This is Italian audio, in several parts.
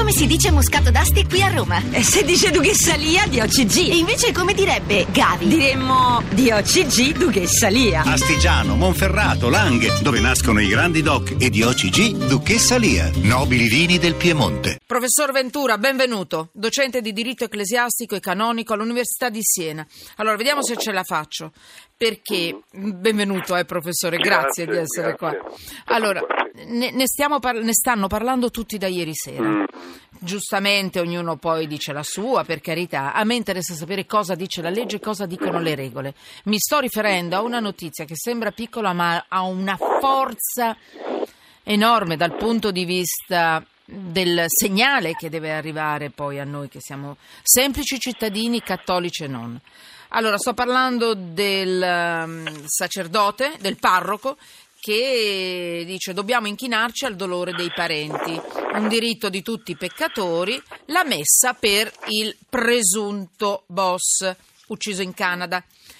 come si dice Moscato d'Asti qui a Roma? Se dice Duchessa Lia, di OCG. E invece come direbbe Gavi? Diremmo di OCG Duchessa Lia. Astigiano, Monferrato, Langhe, dove nascono i grandi doc, e di OCG Duchessa Lia, nobili vini del Piemonte. Professor Ventura, benvenuto, docente di diritto ecclesiastico e canonico all'Università di Siena. Allora, vediamo se ce la faccio. Perché, benvenuto professore, grazie di essere qua. Allora, ne stanno parlando tutti da ieri sera. Giustamente ognuno poi dice la sua, per carità. A me interessa sapere cosa dice la legge e cosa dicono le regole. Mi sto riferendo a una notizia che sembra piccola ma ha una forza enorme dal punto di vista del segnale che deve arrivare poi a noi che siamo semplici cittadini cattolici e non. Allora, sto parlando del sacerdote, del parroco, che dice dobbiamo inchinarci al dolore dei parenti, un diritto di tutti i peccatori, la messa per il presunto boss ucciso in Canada.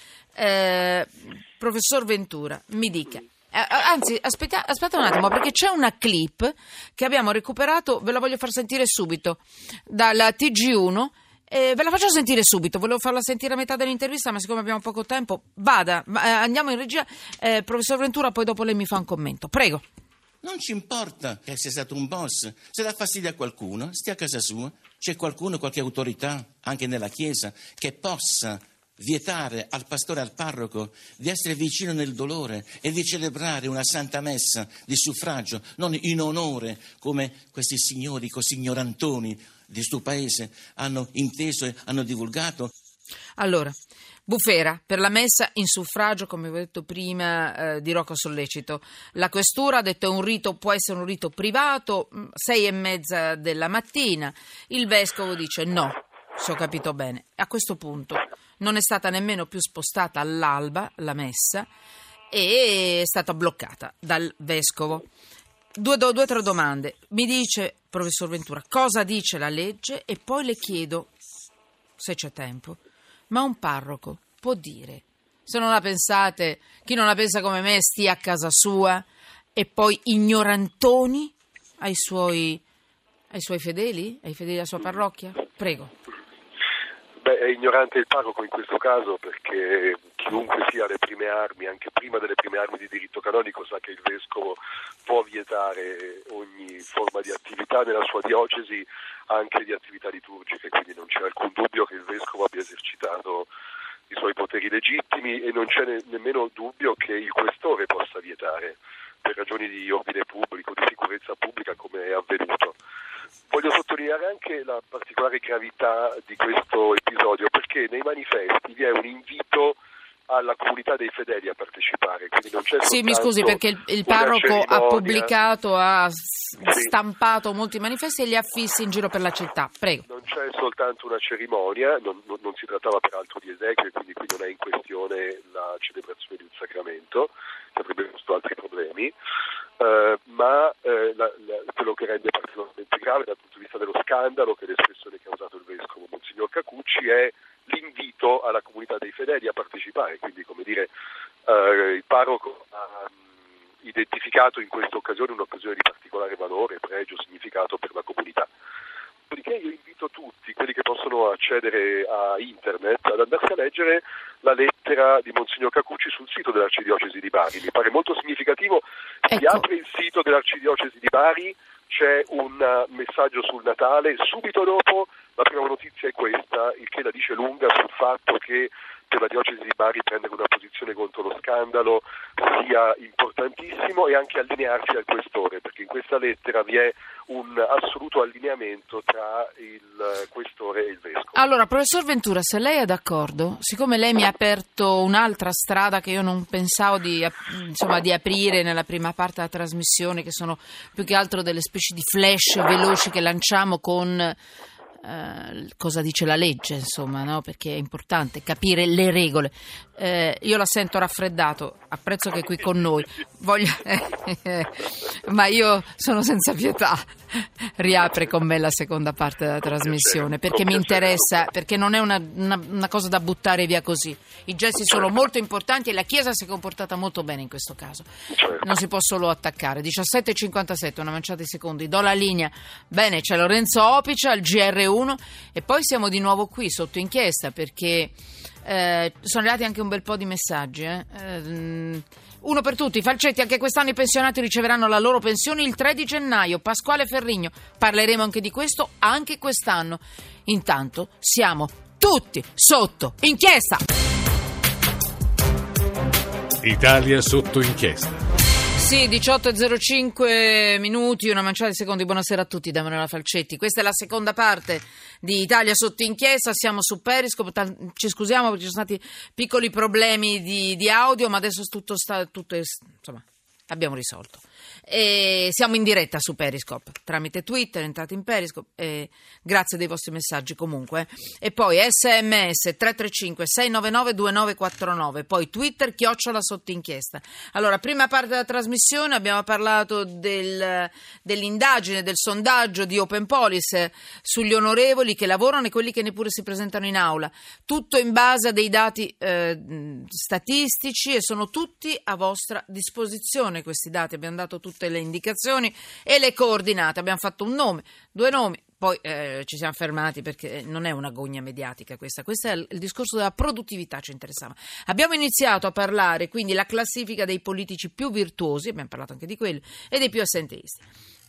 Professor Ventura, mi dica. Anzi, aspetta un attimo, perché c'è una clip che abbiamo recuperato, ve la voglio far sentire subito, dalla TG1. Ve la faccio sentire subito, volevo farla sentire a metà dell'intervista, ma siccome abbiamo poco tempo, andiamo in regia. Professor Ventura, poi dopo lei mi fa un commento. Prego. Non ci importa che sia stato un boss. Se dà fastidio a qualcuno, stia a casa sua. C'è qualcuno, qualche autorità, anche nella Chiesa, che possa vietare al pastore e al parroco di essere vicino nel dolore e di celebrare una santa messa di suffragio, non in onore come questi signori così ignorantoni di sto paese hanno inteso e hanno divulgato. Allora, bufera per la messa in suffragio, come vi ho detto prima, di Rocco Sollecito. La questura ha detto può essere un rito privato, 6:30 della mattina. Il vescovo dice no, se ho capito bene. A questo punto non è stata nemmeno più spostata all'alba la messa e è stata bloccata dal vescovo. Due o tre domande. Mi dice, professor Ventura, cosa dice la legge e poi le chiedo, se c'è tempo, ma un parroco può dire, se non la pensate, chi non la pensa come me stia a casa sua, e poi ignorantoni ai suoi fedeli, ai fedeli della sua parrocchia? Prego. È ignorante il parroco in questo caso perché chiunque sia alle prime armi, anche prima delle prime armi di diritto canonico, sa che il vescovo può vietare ogni forma di attività nella sua diocesi, anche di attività liturgiche, quindi non c'è alcun dubbio che il vescovo abbia esercitato i suoi poteri legittimi e non c'è nemmeno dubbio che il questore possa vietare per ragioni di ordine pubblico, di sicurezza pubblica, come è avvenuto. Voglio sottolineare anche la particolare gravità di questo episodio perché nei manifesti vi è un invito alla comunità dei fedeli a partecipare. Quindi non c'è sì, mi scusi perché il parroco ha pubblicato, ha stampato molti manifesti e li ha fissi in giro per la città. Prego. Non c'è soltanto una cerimonia, non si trattava peraltro di esequie, quindi qui non è in questione la celebrazione di un sacramento, che avrebbe posto altri problemi. Ma quello che rende particolarmente grave dal punto di vista dello scandalo, che è l'espressione che ha usato il vescovo Monsignor Cacucci, è l'invito alla comunità dei fedeli a partecipare. Quindi, come dire, il parroco ha identificato in questa occasione un'occasione di particolare valore, pregio, significato per la comunità. Dopodiché io invito tutti, quelli che possono accedere a internet, ad andarsi a leggere la lettera di Monsignor Cacucci sul sito dell'Arcidiocesi di Bari. Mi pare molto significativo. Si apre il sito dell'Arcidiocesi di Bari, c'è un messaggio sul Natale, subito dopo la prima notizia è questa, il che la dice lunga sul fatto che per la diocesi di Bari prendere una posizione contro lo scandalo sia importantissimo, e anche allinearsi al questore, perché in questa lettera vi è un assoluto allineamento tra il questore e il vescovo. Allora, professor Ventura, se lei è d'accordo, siccome lei mi ha aperto un'altra strada che io non pensavo di aprire nella prima parte della trasmissione, che sono più che altro delle specie di flash veloci che lanciamo con cosa dice la legge, insomma, no? Perché è importante capire le regole. Io la sento raffreddato, apprezzo che è qui con noi, ma io sono senza pietà. Riapre con me la seconda parte della trasmissione, perché mi interessa, perché non è una cosa da buttare via così. I gesti sono molto importanti e la Chiesa si è comportata molto bene in questo caso. Non si può solo attaccare. 17:57, una manciata di secondi, do la linea. Bene, c'è Lorenzo Opicia al GR1 e poi siamo di nuovo qui sotto inchiesta, perché sono arrivati anche un bel po' di messaggi. Uno per tutti: Falcetti, anche quest'anno i pensionati riceveranno la loro pensione il 3 di gennaio. Pasquale Ferrigno: parleremo anche di questo anche quest'anno. Intanto siamo tutti sotto inchiesta. Italia sotto inchiesta. Sì, 18:05 minuti, una manciata di secondi. Buonasera a tutti da Manuela Falcetti. Questa è la seconda parte di Italia sotto inchiesta. Siamo su Periscope. Ci scusiamo perché ci sono stati piccoli problemi di audio, ma adesso insomma, abbiamo risolto. E siamo in diretta su Periscope tramite Twitter, entrate in Periscope, grazie dei vostri messaggi comunque. E poi SMS 335-699-2949, poi Twitter @sottoinchiesta. Allora, prima parte della trasmissione abbiamo parlato dell'indagine, del sondaggio di Open Police sugli onorevoli che lavorano e quelli che neppure si presentano in aula, tutto in base a dei dati statistici, e sono tutti a vostra disposizione questi dati. Abbiamo dato tutte le indicazioni e le coordinate, abbiamo fatto un nome, 2 nomi, poi ci siamo fermati perché non è una gogna mediatica questa è il discorso della produttività, ci interessava. Abbiamo iniziato a parlare quindi la classifica dei politici più virtuosi, abbiamo parlato anche di quelli, e dei più assenteisti,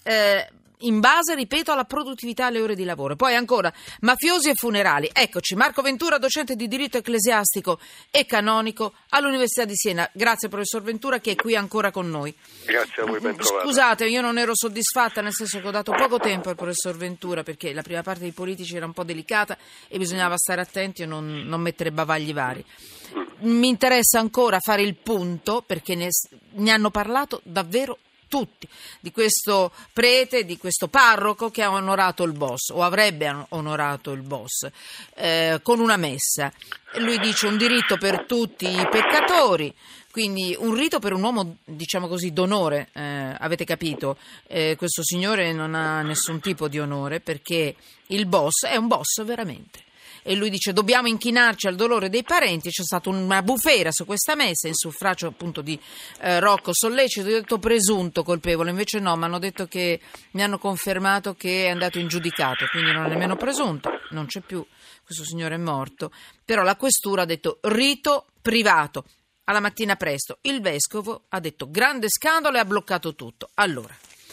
in base, ripeto, alla produttività, alle ore di lavoro. Poi ancora mafiosi e funerali. Eccoci, Marco Ventura, docente di diritto ecclesiastico e canonico all'Università di Siena. Grazie professor Ventura, che è qui ancora con noi. Grazie a voi, ben trovato. Scusate, io non ero soddisfatta, nel senso che ho dato poco tempo al professor Ventura, perché la prima parte dei politici era un po' delicata e bisognava stare attenti e non mettere bavagli vari. Mi interessa ancora fare il punto, perché ne hanno parlato davvero tutti, di questo prete, di questo parroco che ha onorato il boss, o avrebbe onorato il boss, con una messa. Lui dice: un diritto per tutti i peccatori, quindi un rito per un uomo, diciamo così, d'onore. Avete capito? Questo signore non ha nessun tipo di onore, perché il boss è un boss veramente. E lui dice: dobbiamo inchinarci al dolore dei parenti. C'è stata una bufera su questa messa in suffragio appunto di Rocco Sollecito. Io ho detto presunto colpevole, invece no, mi hanno detto che mi hanno confermato che è andato in giudicato, quindi non è nemmeno presunto, non c'è più, questo signore è morto. Però la questura ha detto rito privato. Alla mattina presto il vescovo ha detto grande scandalo e ha bloccato tutto. Allora,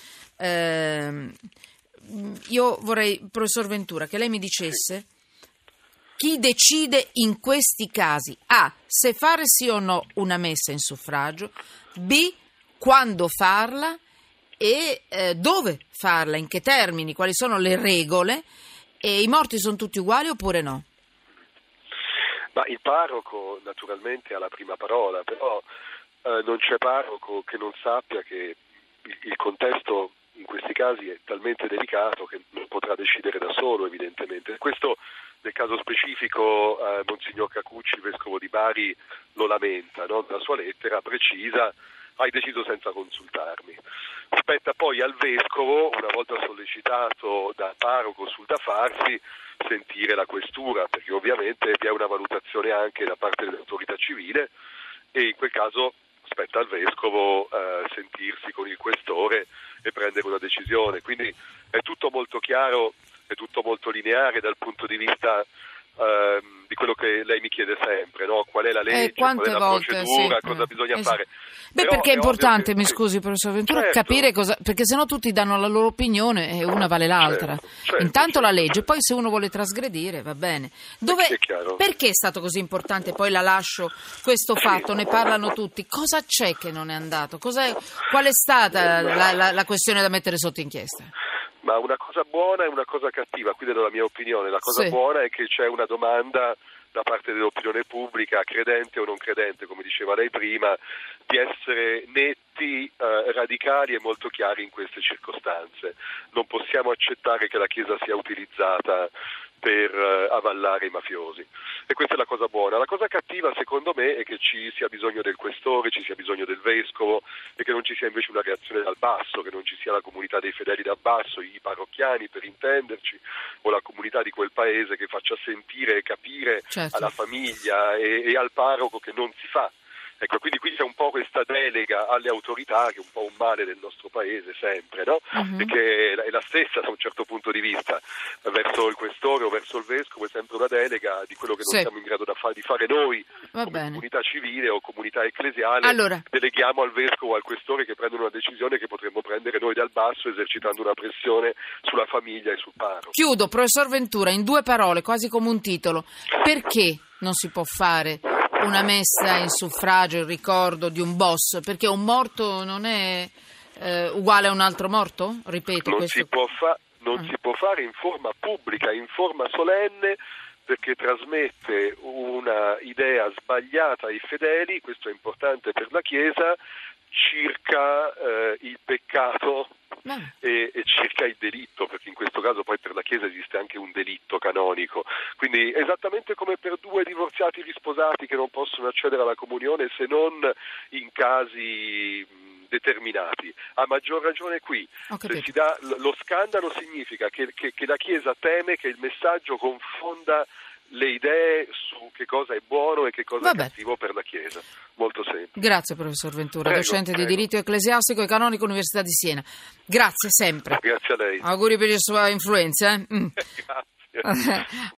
io vorrei, professor Ventura, che lei mi dicesse chi decide in questi casi: A, se fare sì o no una messa in suffragio; B, quando farla e dove farla, in che termini, quali sono le regole, e i morti sono tutti uguali oppure no? Ma il parroco naturalmente ha la prima parola, però non c'è parroco che non sappia che il contesto in questi casi è talmente delicato che non potrà decidere da solo, evidentemente. Questo nel caso specifico Monsignor Cacucci, vescovo di Bari, lo lamenta, no? Nella sua lettera precisa: hai deciso senza consultarmi. Spetta poi al vescovo, una volta sollecitato dal parroco sul da farsi, sentire la questura, perché ovviamente vi è una valutazione anche da parte dell'autorità civile, e in quel caso spetta al vescovo sentirsi con il questore e prendere una decisione. Quindi è tutto molto chiaro, è tutto molto lineare dal punto di vista di quello che lei mi chiede sempre, no? Qual è la legge, qual è la procedura, sì, cosa bisogna fare. Beh, perché è importante, mi scusi professor Ventura, certo, capire cosa, perché sennò tutti danno la loro opinione e una vale l'altra. Intanto la legge, poi se uno vuole trasgredire va bene. Perché è stato così importante? Poi la lascio questo fatto, ne parlano tutti. Cosa c'è che non è andato? Qual è stata la questione da mettere sotto inchiesta? Ma una cosa buona e una cosa cattiva, qui do la mia opinione. La cosa buona è che c'è una domanda da parte dell'opinione pubblica, credente o non credente, come diceva lei prima, di essere netti, radicali e molto chiari in queste circostanze. Non possiamo accettare che la Chiesa sia utilizzata per avallare i mafiosi, e questa è la cosa buona. La cosa cattiva, secondo me, è che ci sia bisogno del questore, ci sia bisogno del vescovo, e che non ci sia invece una reazione dal basso, che non ci sia la comunità dei fedeli dal basso, i parrocchiani per intenderci, o la comunità di quel paese che faccia sentire e capire alla famiglia e al parroco che non si fa. Ecco, quindi qui c'è un po' questa delega alle autorità, che è un po' un male del nostro paese sempre, no? E che è la stessa da un certo punto di vista, verso il questore o verso il vescovo, è sempre una delega di quello che non siamo in grado di fare noi come comunità civile o comunità ecclesiale. Allora, deleghiamo al vescovo o al questore che prendono una decisione che potremmo prendere noi dal basso, esercitando una pressione sulla famiglia e sul parroco. Chiudo, professor Ventura, in 2 parole, quasi come un titolo. Perché non si può fare una messa in suffragio in ricordo di un boss? Perché un morto non è uguale a un altro morto? Ripeto, non si può fare in forma pubblica, in forma solenne, perché trasmette una idea sbagliata ai fedeli, questo è importante per la Chiesa, circa il peccato e circa il delitto, perché in questo caso poi per la Chiesa esiste anche un delitto canonico. Quindi esattamente come per 2 divorziati risposati che non possono accedere alla comunione se non in casi determinati, a maggior ragione qui. Se si dà lo scandalo, significa che la Chiesa teme che il messaggio confonda le idee su che cosa è buono e che cosa è cattivo per la Chiesa. Molto semplice. Grazie professor Ventura, docente di diritto ecclesiastico e canonico Università di Siena. Grazie sempre. Grazie a lei. Auguri per la sua influenza. Grazie.